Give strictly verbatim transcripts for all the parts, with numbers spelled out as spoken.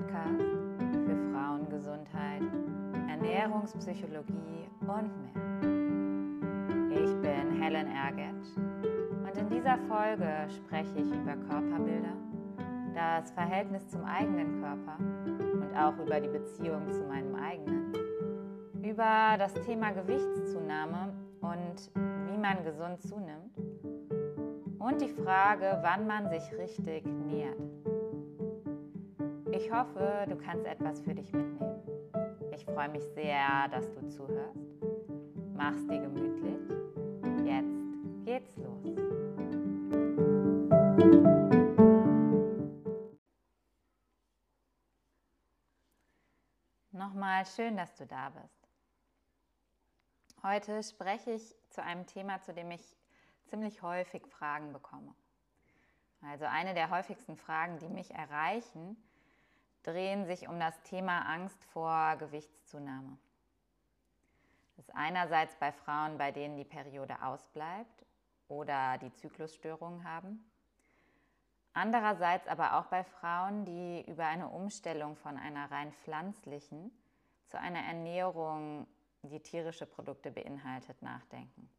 Podcast für Frauengesundheit, Ernährungspsychologie und mehr. Ich bin Helen Ergetsch und in dieser Folge spreche ich über Körperbilder, das Verhältnis zum eigenen Körper und auch über die Beziehung zu meinem eigenen, über das Thema Gewichtszunahme und wie man gesund zunimmt und die Frage, wann man sich richtig nährt. Ich hoffe, du kannst etwas für dich mitnehmen. Ich freue mich sehr, dass du zuhörst. Mach's dir gemütlich. Jetzt geht's los. Nochmal schön, dass du da bist. Heute spreche ich zu einem Thema, zu dem ich ziemlich häufig Fragen bekomme. Also eine der häufigsten Fragen, die mich erreichen, drehen sich um das Thema Angst vor Gewichtszunahme. Das ist einerseits bei Frauen, bei denen die Periode ausbleibt oder die Zyklusstörungen haben. Andererseits aber auch bei Frauen, die über eine Umstellung von einer rein pflanzlichen zu einer Ernährung, die tierische Produkte beinhaltet, nachdenken.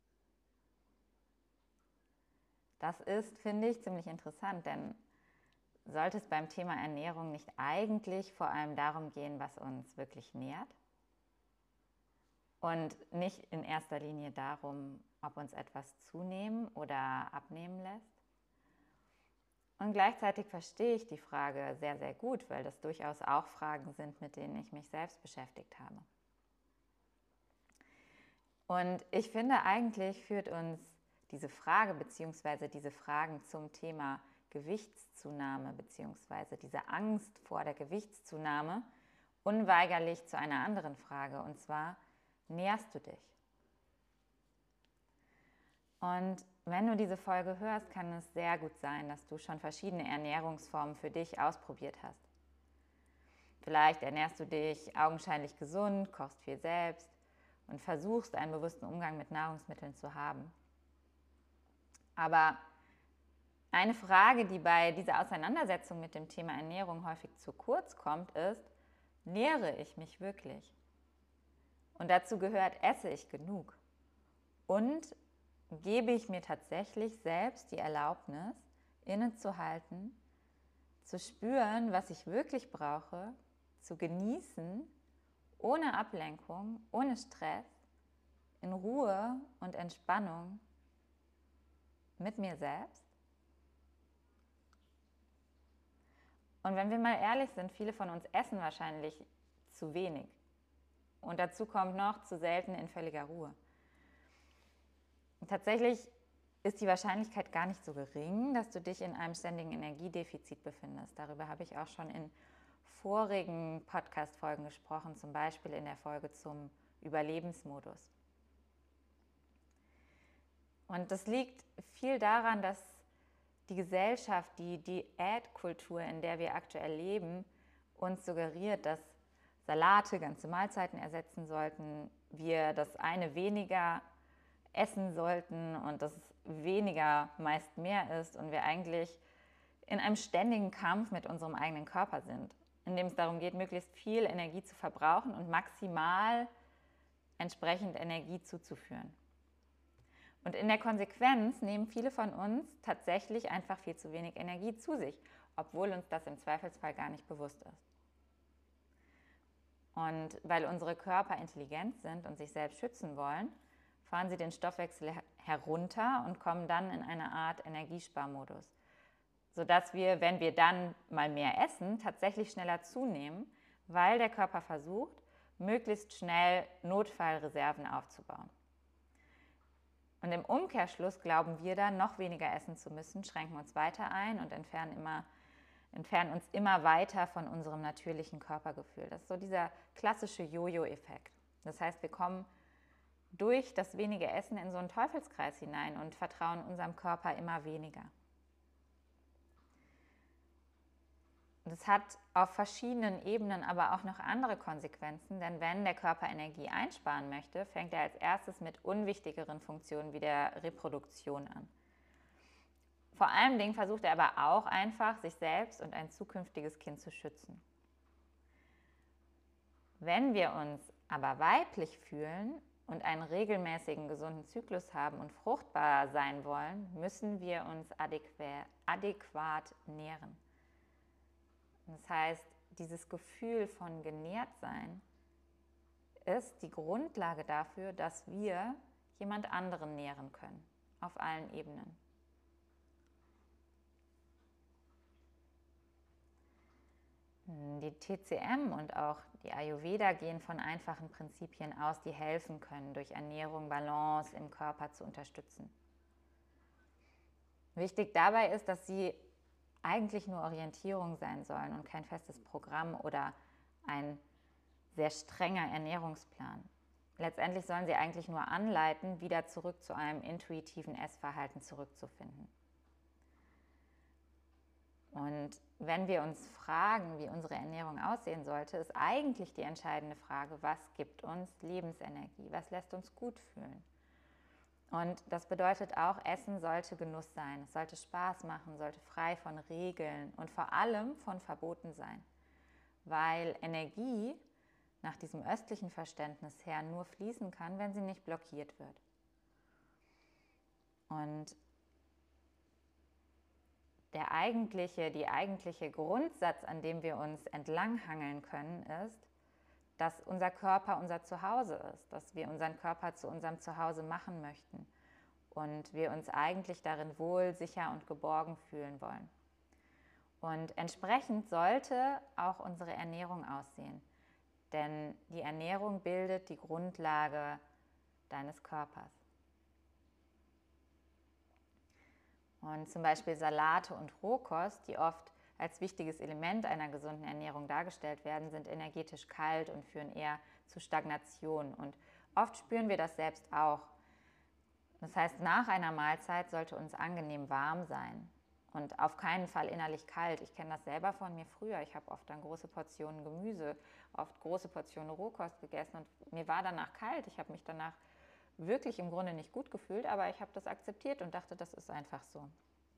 Das ist, finde ich, ziemlich interessant, denn sollte es beim Thema Ernährung nicht eigentlich vor allem darum gehen, was uns wirklich nährt? Und nicht in erster Linie darum, ob uns etwas zunehmen oder abnehmen lässt? Und gleichzeitig verstehe ich die Frage sehr, sehr gut, weil das durchaus auch Fragen sind, mit denen ich mich selbst beschäftigt habe. Und ich finde, eigentlich führt uns diese Frage bzw. diese Fragen zum Thema Gewichtszunahme bzw. diese Angst vor der Gewichtszunahme unweigerlich zu einer anderen Frage, und zwar, nährst du dich? Und wenn du diese Folge hörst, kann es sehr gut sein, dass du schon verschiedene Ernährungsformen für dich ausprobiert hast. Vielleicht ernährst du dich augenscheinlich gesund, kochst viel selbst und versuchst, einen bewussten Umgang mit Nahrungsmitteln zu haben. Aber eine Frage, die bei dieser Auseinandersetzung mit dem Thema Ernährung häufig zu kurz kommt, ist, nähre ich mich wirklich? Und dazu gehört, esse ich genug? Und gebe ich mir tatsächlich selbst die Erlaubnis, innezuhalten, zu spüren, was ich wirklich brauche, zu genießen, ohne Ablenkung, ohne Stress, in Ruhe und Entspannung mit mir selbst? Und wenn wir mal ehrlich sind, viele von uns essen wahrscheinlich zu wenig. Und dazu kommt noch zu selten in völliger Ruhe. Und tatsächlich ist die Wahrscheinlichkeit gar nicht so gering, dass du dich in einem ständigen Energiedefizit befindest. Darüber habe ich auch schon in vorigen Podcast-Folgen gesprochen, zum Beispiel in der Folge zum Überlebensmodus. Und das liegt viel daran, dass die Gesellschaft, die Diätkultur, in der wir aktuell leben, uns suggeriert, dass Salate ganze Mahlzeiten ersetzen sollten, wir das eine weniger essen sollten und dass weniger meist mehr ist und wir eigentlich in einem ständigen Kampf mit unserem eigenen Körper sind, in dem es darum geht, möglichst viel Energie zu verbrauchen und maximal entsprechend Energie zuzuführen. Und in der Konsequenz nehmen viele von uns tatsächlich einfach viel zu wenig Energie zu sich, obwohl uns das im Zweifelsfall gar nicht bewusst ist. Und weil unsere Körper intelligent sind und sich selbst schützen wollen, fahren sie den Stoffwechsel herunter und kommen dann in eine Art Energiesparmodus, sodass wir, wenn wir dann mal mehr essen, tatsächlich schneller zunehmen, weil der Körper versucht, möglichst schnell Notfallreserven aufzubauen. Und im Umkehrschluss glauben wir dann, noch weniger essen zu müssen, schränken uns weiter ein und entfernen, immer, entfernen uns immer weiter von unserem natürlichen Körpergefühl. Das ist so dieser klassische Jojo-Effekt. Das heißt, wir kommen durch das wenige Essen in so einen Teufelskreis hinein und vertrauen unserem Körper immer weniger. Das hat auf verschiedenen Ebenen aber auch noch andere Konsequenzen, denn wenn der Körper Energie einsparen möchte, fängt er als erstes mit unwichtigeren Funktionen wie der Reproduktion an. Vor allen Dingen versucht er aber auch einfach, sich selbst und ein zukünftiges Kind zu schützen. Wenn wir uns aber weiblich fühlen und einen regelmäßigen, gesunden Zyklus haben und fruchtbar sein wollen, müssen wir uns adäquat, adäquat nähren. Das heißt, dieses Gefühl von genährt sein ist die Grundlage dafür, dass wir jemand anderen nähren können, auf allen Ebenen. Die T C M und auch die Ayurveda gehen von einfachen Prinzipien aus, die helfen können, durch Ernährung Balance im Körper zu unterstützen. Wichtig dabei ist, dass sie eigentlich nur Orientierung sein sollen und kein festes Programm oder ein sehr strenger Ernährungsplan. Letztendlich sollen sie eigentlich nur anleiten, wieder zurück zu einem intuitiven Essverhalten zurückzufinden. Und wenn wir uns fragen, wie unsere Ernährung aussehen sollte, ist eigentlich die entscheidende Frage, was gibt uns Lebensenergie, was lässt uns gut fühlen. Und das bedeutet auch, Essen sollte Genuss sein, es sollte Spaß machen, sollte frei von Regeln und vor allem von Verboten sein, weil Energie nach diesem östlichen Verständnis her nur fließen kann, wenn sie nicht blockiert wird. Und der eigentliche, die eigentliche Grundsatz, an dem wir uns entlanghangeln können, ist, dass unser Körper unser Zuhause ist, dass wir unseren Körper zu unserem Zuhause machen möchten und wir uns eigentlich darin wohl, sicher und geborgen fühlen wollen. Und entsprechend sollte auch unsere Ernährung aussehen, denn die Ernährung bildet die Grundlage deines Körpers. Und zum Beispiel Salate und Rohkost, die oft als wichtiges Element einer gesunden Ernährung dargestellt werden, sind energetisch kalt und führen eher zu Stagnation. Und oft spüren wir das selbst auch. Das heißt, nach einer Mahlzeit sollte uns angenehm warm sein und auf keinen Fall innerlich kalt. Ich kenne das selber von mir früher. Ich habe oft dann große Portionen Gemüse, oft große Portionen Rohkost gegessen und mir war danach kalt. Ich habe mich danach wirklich im Grunde nicht gut gefühlt, aber ich habe das akzeptiert und dachte, das ist einfach so.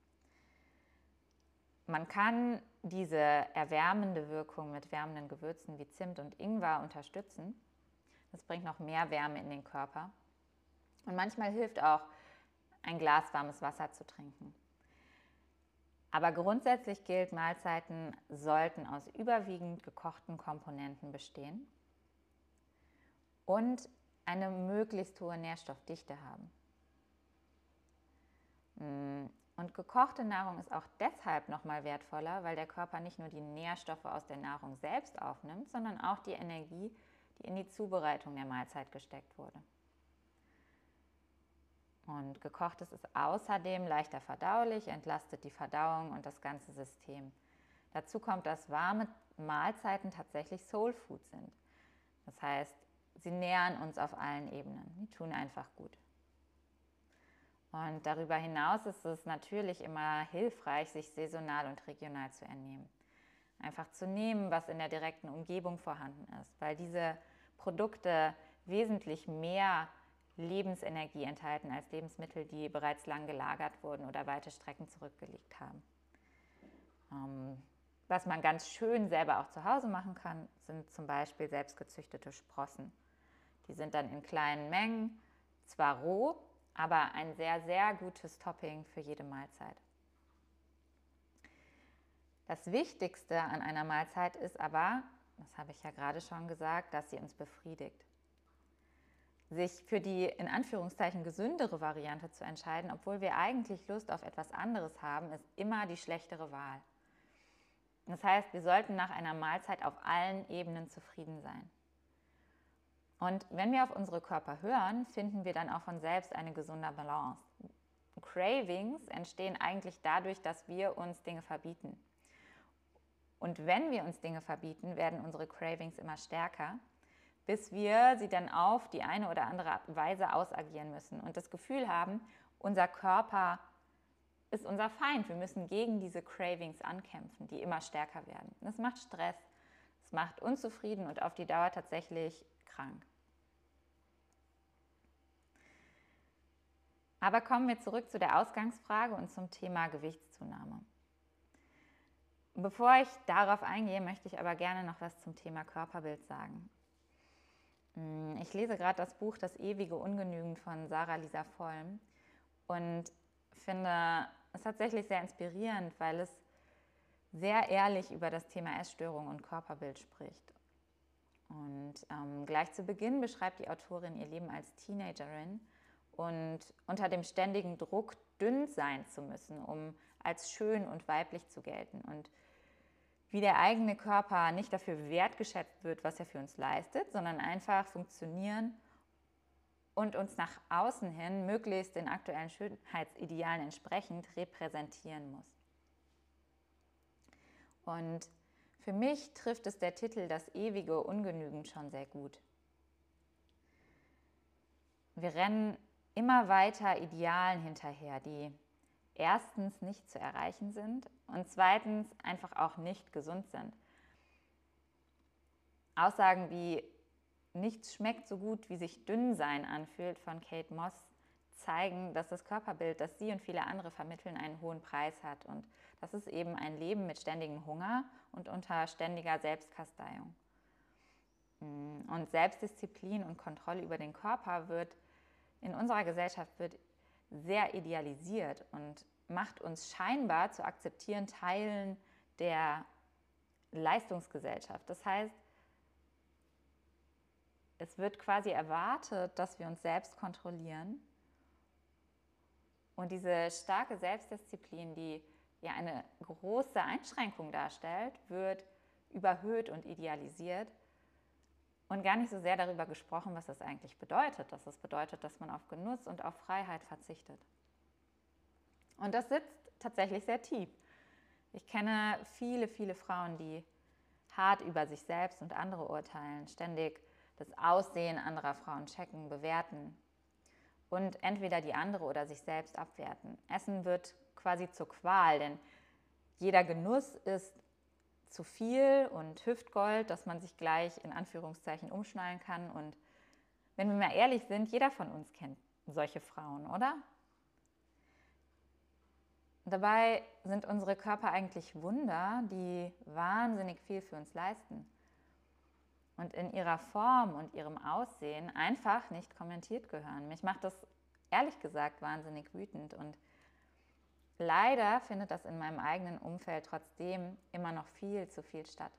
Man kann diese erwärmende Wirkung mit wärmenden Gewürzen wie Zimt und Ingwer unterstützen. Das bringt noch mehr Wärme in den Körper. Und manchmal hilft auch, ein Glas warmes Wasser zu trinken. Aber grundsätzlich gilt, Mahlzeiten sollten aus überwiegend gekochten Komponenten bestehen und eine möglichst hohe Nährstoffdichte haben. Und gekochte Nahrung ist auch deshalb nochmal wertvoller, weil der Körper nicht nur die Nährstoffe aus der Nahrung selbst aufnimmt, sondern auch die Energie, die in die Zubereitung der Mahlzeit gesteckt wurde. Und gekochtes ist außerdem leichter verdaulich, entlastet die Verdauung und das ganze System. Dazu kommt, dass warme Mahlzeiten tatsächlich Soul Food sind. Das heißt, sie nähren uns auf allen Ebenen. Die tun einfach gut. Und darüber hinaus ist es natürlich immer hilfreich, sich saisonal und regional zu ernähren. Einfach zu nehmen, was in der direkten Umgebung vorhanden ist, weil diese Produkte wesentlich mehr Lebensenergie enthalten als Lebensmittel, die bereits lang gelagert wurden oder weite Strecken zurückgelegt haben. Ähm, was man ganz schön selber auch zu Hause machen kann, sind zum Beispiel selbstgezüchtete Sprossen. Die sind dann in kleinen Mengen, zwar roh, aber ein sehr, sehr gutes Topping für jede Mahlzeit. Das Wichtigste an einer Mahlzeit ist aber, das habe ich ja gerade schon gesagt, dass sie uns befriedigt. Sich für die in Anführungszeichen gesündere Variante zu entscheiden, obwohl wir eigentlich Lust auf etwas anderes haben, ist immer die schlechtere Wahl. Das heißt, wir sollten nach einer Mahlzeit auf allen Ebenen zufrieden sein. Und wenn wir auf unsere Körper hören, finden wir dann auch von selbst eine gesunde Balance. Cravings entstehen eigentlich dadurch, dass wir uns Dinge verbieten. Und wenn wir uns Dinge verbieten, werden unsere Cravings immer stärker, bis wir sie dann auf die eine oder andere Weise ausagieren müssen und das Gefühl haben, unser Körper ist unser Feind. Wir müssen gegen diese Cravings ankämpfen, die immer stärker werden. Das macht Stress, das macht unzufrieden und auf die Dauer tatsächlich krank. Aber kommen wir zurück zu der Ausgangsfrage und zum Thema Gewichtszunahme. Bevor ich darauf eingehe, möchte ich aber gerne noch was zum Thema Körperbild sagen. Ich lese gerade das Buch Das ewige Ungenügen von Sarah Lisa Vollm und finde es tatsächlich sehr inspirierend, weil es sehr ehrlich über das Thema Essstörung und Körperbild spricht. Und ähm, gleich zu Beginn beschreibt die Autorin ihr Leben als Teenagerin und unter dem ständigen Druck, dünn sein zu müssen, um als schön und weiblich zu gelten. Und wie der eigene Körper nicht dafür wertgeschätzt wird, was er für uns leistet, sondern einfach funktionieren und uns nach außen hin möglichst den aktuellen Schönheitsidealen entsprechend repräsentieren muss. Und für mich trifft es der Titel Das ewige Ungenügen schon sehr gut. Wir rennen immer weiter Idealen hinterher, die erstens nicht zu erreichen sind und zweitens einfach auch nicht gesund sind. Aussagen wie nichts schmeckt so gut, wie sich dünn sein anfühlt von Kate Moss zeigen, dass das Körperbild, das sie und viele andere vermitteln, einen hohen Preis hat und das ist eben ein Leben mit ständigem Hunger und unter ständiger Selbstkasteiung. Und Selbstdisziplin und Kontrolle über den Körper wird in unserer Gesellschaft wird sehr idealisiert und macht uns scheinbar zu akzeptieren Teilen der Leistungsgesellschaft. Das heißt, es wird quasi erwartet, dass wir uns selbst kontrollieren. Und diese starke Selbstdisziplin, die ja eine große Einschränkung darstellt, wird überhöht und idealisiert und gar nicht so sehr darüber gesprochen, was das eigentlich bedeutet. Dass das bedeutet, dass man auf Genuss und auf Freiheit verzichtet. Und das sitzt tatsächlich sehr tief. Ich kenne viele, viele Frauen, die hart über sich selbst und andere urteilen, ständig das Aussehen anderer Frauen checken, bewerten und entweder die andere oder sich selbst abwerten. Essen wird quasi zur Qual, denn jeder Genuss ist zu viel und Hüftgold, dass man sich gleich in Anführungszeichen umschnallen kann. Und wenn wir mal ehrlich sind, jeder von uns kennt solche Frauen, oder? Dabei sind unsere Körper eigentlich Wunder, die wahnsinnig viel für uns leisten und in ihrer Form und ihrem Aussehen einfach nicht kommentiert gehören. Mich macht das ehrlich gesagt wahnsinnig wütend und leider findet das in meinem eigenen Umfeld trotzdem immer noch viel zu viel statt.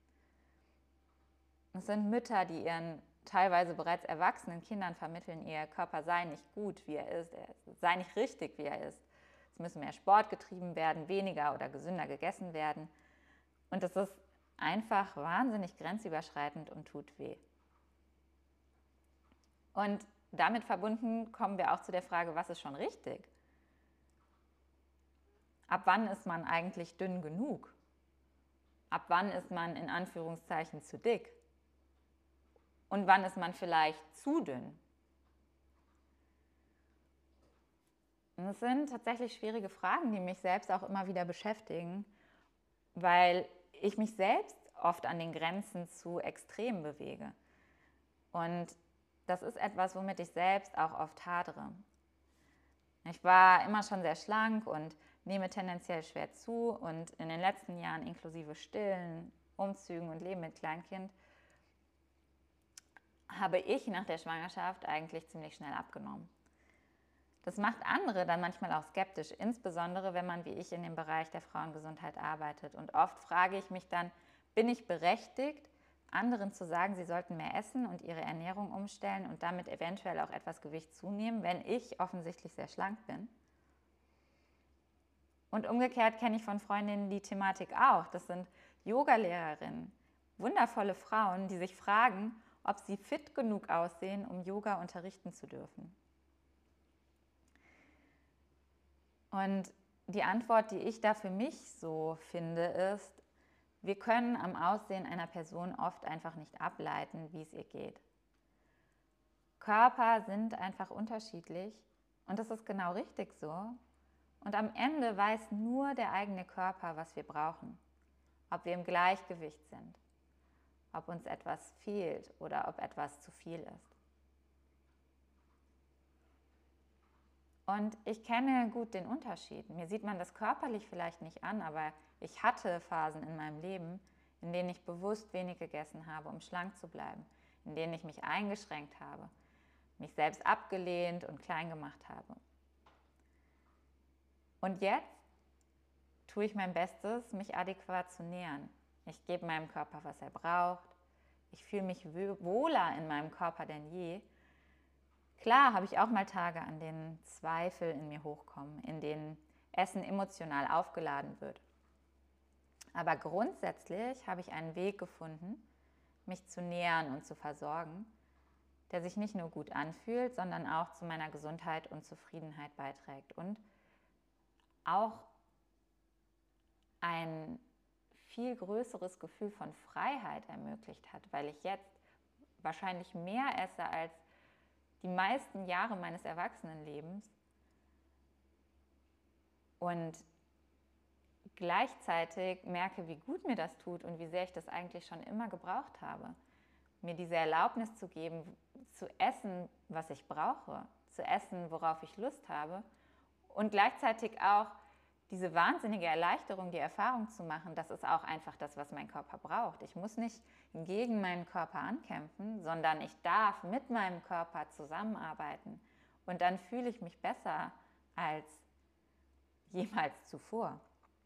Es sind Mütter, die ihren teilweise bereits erwachsenen Kindern vermitteln, ihr Körper sei nicht gut, wie er ist, er sei nicht richtig, wie er ist. Es müsse mehr Sport getrieben werden, weniger oder gesünder gegessen werden. Und das ist einfach wahnsinnig grenzüberschreitend und tut weh. Und damit verbunden kommen wir auch zu der Frage, was ist schon richtig? Ab wann ist man eigentlich dünn genug? Ab wann ist man in Anführungszeichen zu dick? Und wann ist man vielleicht zu dünn? Und das sind tatsächlich schwierige Fragen, die mich selbst auch immer wieder beschäftigen, weil ich mich selbst oft an den Grenzen zu Extremen bewege. Und das ist etwas, womit ich selbst auch oft hadere. Ich war immer schon sehr schlank und nehme tendenziell schwer zu und in den letzten Jahren inklusive Stillen, Umzügen und Leben mit Kleinkind habe ich nach der Schwangerschaft eigentlich ziemlich schnell abgenommen. Das macht andere dann manchmal auch skeptisch, insbesondere wenn man wie ich in dem Bereich der Frauengesundheit arbeitet. Und oft frage ich mich dann, bin ich berechtigt, anderen zu sagen, sie sollten mehr essen und ihre Ernährung umstellen und damit eventuell auch etwas Gewicht zunehmen, wenn ich offensichtlich sehr schlank bin? Und umgekehrt kenne ich von Freundinnen die Thematik auch. Das sind Yoga-Lehrerinnen, wundervolle Frauen, die sich fragen, ob sie fit genug aussehen, um Yoga unterrichten zu dürfen. Und die Antwort, die ich da für mich so finde, ist, wir können am Aussehen einer Person oft einfach nicht ableiten, wie es ihr geht. Körper sind einfach unterschiedlich und das ist genau richtig so. Und am Ende weiß nur der eigene Körper, was wir brauchen. Ob wir im Gleichgewicht sind, ob uns etwas fehlt oder ob etwas zu viel ist. Und ich kenne gut den Unterschied. Mir sieht man das körperlich vielleicht nicht an, aber ich hatte Phasen in meinem Leben, in denen ich bewusst wenig gegessen habe, um schlank zu bleiben. in denen ich mich eingeschränkt habe, mich selbst abgelehnt und klein gemacht habe. Und jetzt tue ich mein Bestes, mich adäquat zu nähern. Ich gebe meinem Körper, was er braucht. Ich fühle mich wohler in meinem Körper denn je. Klar habe ich auch mal Tage, an denen Zweifel in mir hochkommen, in denen Essen emotional aufgeladen wird. Aber grundsätzlich habe ich einen Weg gefunden, mich zu nähern und zu versorgen, der sich nicht nur gut anfühlt, sondern auch zu meiner Gesundheit und Zufriedenheit beiträgt und auch ein viel größeres Gefühl von Freiheit ermöglicht hat, weil ich jetzt wahrscheinlich mehr esse als die meisten Jahre meines Erwachsenenlebens und gleichzeitig merke, wie gut mir das tut und wie sehr ich das eigentlich schon immer gebraucht habe. Mir diese Erlaubnis zu geben, zu essen, was ich brauche, zu essen, worauf ich Lust habe und gleichzeitig auch diese wahnsinnige Erleichterung, die Erfahrung zu machen, das ist auch einfach das, was mein Körper braucht. Ich muss nicht gegen meinen Körper ankämpfen, sondern ich darf mit meinem Körper zusammenarbeiten und dann fühle ich mich besser als jemals zuvor.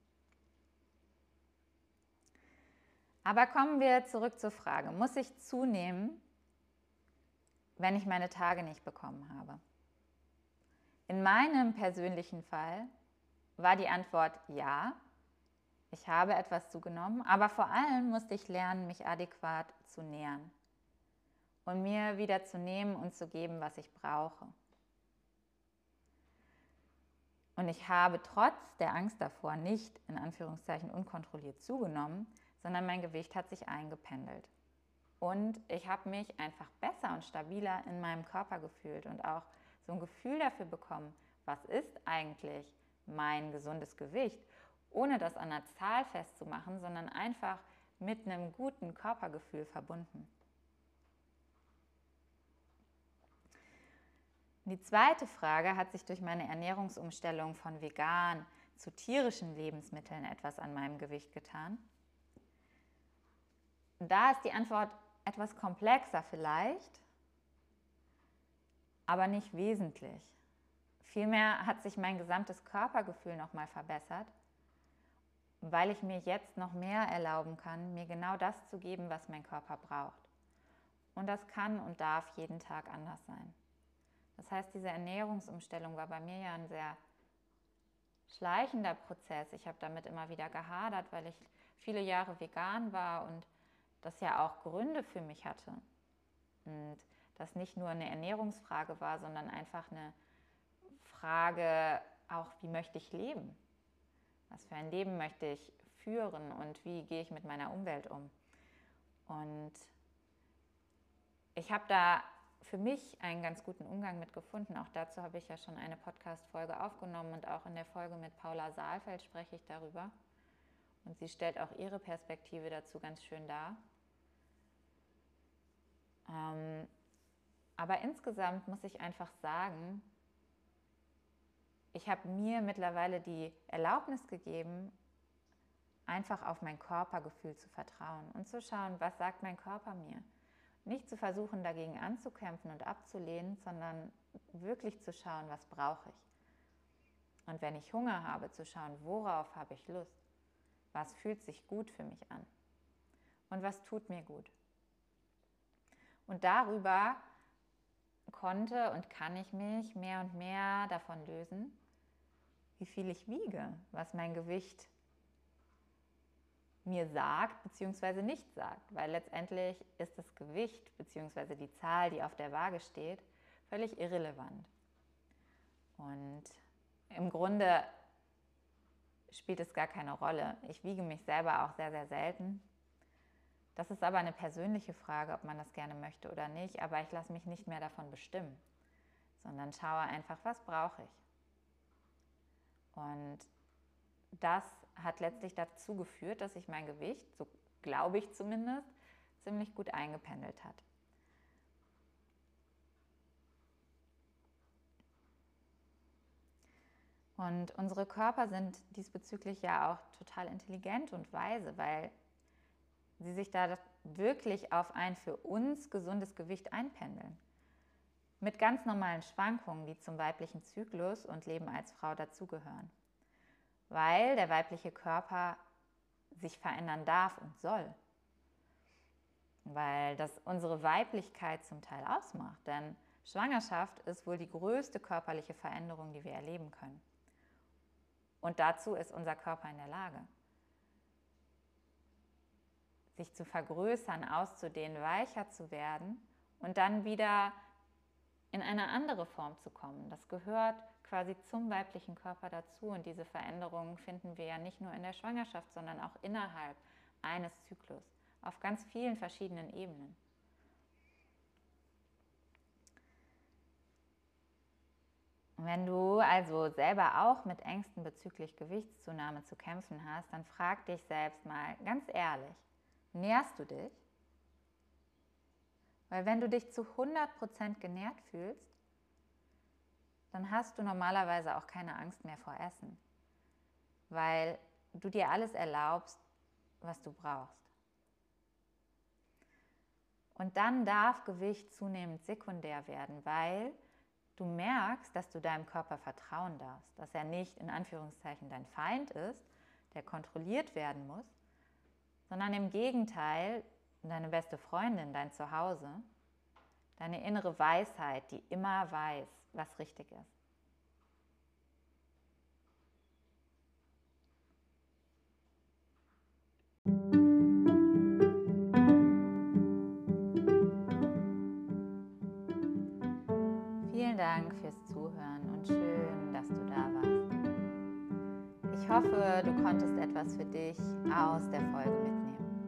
Aber kommen wir zurück zur Frage, muss ich zunehmen, wenn ich meine Tage nicht bekommen habe? In meinem persönlichen Fall war die Antwort ja, ich habe etwas zugenommen, aber vor allem musste ich lernen, mich adäquat zu nähern und mir wieder zu nehmen und zu geben, was ich brauche. Und ich habe trotz der Angst davor nicht, in Anführungszeichen, unkontrolliert zugenommen, sondern mein Gewicht hat sich eingependelt. Und ich habe mich einfach besser und stabiler in meinem Körper gefühlt und auch so ein Gefühl dafür bekommen, was ist eigentlich mein gesundes Gewicht, ohne das an einer Zahl festzumachen, sondern einfach mit einem guten Körpergefühl verbunden. Die zweite Frage, hat sich durch meine Ernährungsumstellung von vegan zu tierischen Lebensmitteln etwas an meinem Gewicht getan? Da ist die Antwort etwas komplexer vielleicht, aber nicht wesentlich. Vielmehr hat sich mein gesamtes Körpergefühl nochmal verbessert, weil ich mir jetzt noch mehr erlauben kann, mir genau das zu geben, was mein Körper braucht. Und das kann und darf jeden Tag anders sein. Das heißt, diese Ernährungsumstellung war bei mir ja ein sehr schleichender Prozess. Ich habe damit immer wieder gehadert, weil ich viele Jahre vegan war und das ja auch Gründe für mich hatte. Und das nicht nur eine Ernährungsfrage war, sondern einfach eine Frage auch, wie möchte ich leben? Was für ein Leben möchte ich führen und wie gehe ich mit meiner Umwelt um? Und ich habe da für mich einen ganz guten Umgang mit gefunden. Auch dazu habe ich ja schon eine Podcast-Folge aufgenommen und auch in der Folge mit Paula Saalfeld spreche ich darüber. Und sie stellt auch ihre Perspektive dazu ganz schön dar. Ähm, aber insgesamt muss ich einfach sagen, ich habe mir mittlerweile die Erlaubnis gegeben, einfach auf mein Körpergefühl zu vertrauen und zu schauen, was sagt mein Körper mir. Nicht zu versuchen, dagegen anzukämpfen und abzulehnen, sondern wirklich zu schauen, was brauche ich. Und wenn ich Hunger habe, zu schauen, worauf habe ich Lust? Was fühlt sich gut für mich an? Und was tut mir gut? Und darüber konnte und kann ich mich mehr und mehr davon lösen, wie viel ich wiege, was mein Gewicht mir sagt bzw. nicht sagt, weil letztendlich ist das Gewicht bzw. die Zahl, die auf der Waage steht, völlig irrelevant. Und im Grunde spielt es gar keine Rolle. Ich wiege mich selber auch sehr, sehr selten. Das ist aber eine persönliche Frage, ob man das gerne möchte oder nicht, aber ich lasse mich nicht mehr davon bestimmen, sondern schaue einfach, was brauche ich. Und das hat letztlich dazu geführt, dass sich mein Gewicht, so glaube ich zumindest, ziemlich gut eingependelt hat. Und unsere Körper sind diesbezüglich ja auch total intelligent und weise, weil sie sich da wirklich auf ein für uns gesundes Gewicht einpendeln. Mit ganz normalen Schwankungen, die zum weiblichen Zyklus und Leben als Frau dazugehören. Weil der weibliche Körper sich verändern darf und soll. Weil das unsere Weiblichkeit zum Teil ausmacht. Denn Schwangerschaft ist wohl die größte körperliche Veränderung, die wir erleben können. Und dazu ist unser Körper in der Lage. Sich zu vergrößern, auszudehnen, weicher zu werden und dann wieder in eine andere Form zu kommen. Das gehört quasi zum weiblichen Körper dazu und diese Veränderungen finden wir ja nicht nur in der Schwangerschaft, sondern auch innerhalb eines Zyklus, auf ganz vielen verschiedenen Ebenen. Wenn du also selber auch mit Ängsten bezüglich Gewichtszunahme zu kämpfen hast, dann frag dich selbst mal ganz ehrlich, nährst du dich? Weil wenn du dich zu hundert Prozent genährt fühlst, dann hast du normalerweise auch keine Angst mehr vor Essen, weil du dir alles erlaubst, was du brauchst. Und dann darf Gewicht zunehmend sekundär werden, weil du merkst, dass du deinem Körper vertrauen darfst, dass er nicht in Anführungszeichen dein Feind ist, der kontrolliert werden muss, sondern im Gegenteil deine beste Freundin, dein Zuhause, deine innere Weisheit, die immer weiß, was richtig ist. Vielen Dank fürs Zuhören und schön, dass du da warst. Ich hoffe, du konntest etwas für dich aus der Folge mitnehmen.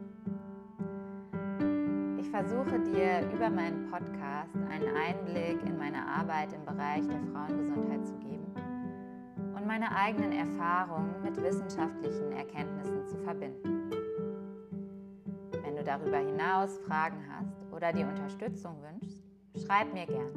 Ich versuche dir über meinen Podcast einen Einblick in meine Arbeit im Bereich der Frauengesundheit zu geben und meine eigenen Erfahrungen mit wissenschaftlichen Erkenntnissen zu verbinden. Wenn du darüber hinaus Fragen hast oder dir Unterstützung wünschst, schreib mir gern.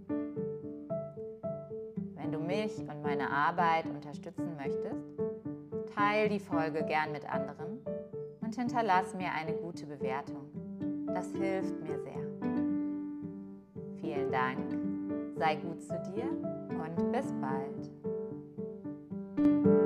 Wenn du mich und meine Arbeit unterstützen möchtest, teile die Folge gern mit anderen und hinterlass mir eine gute Bewertung. Das hilft mir sehr. Vielen Dank, sei gut zu dir und bis bald.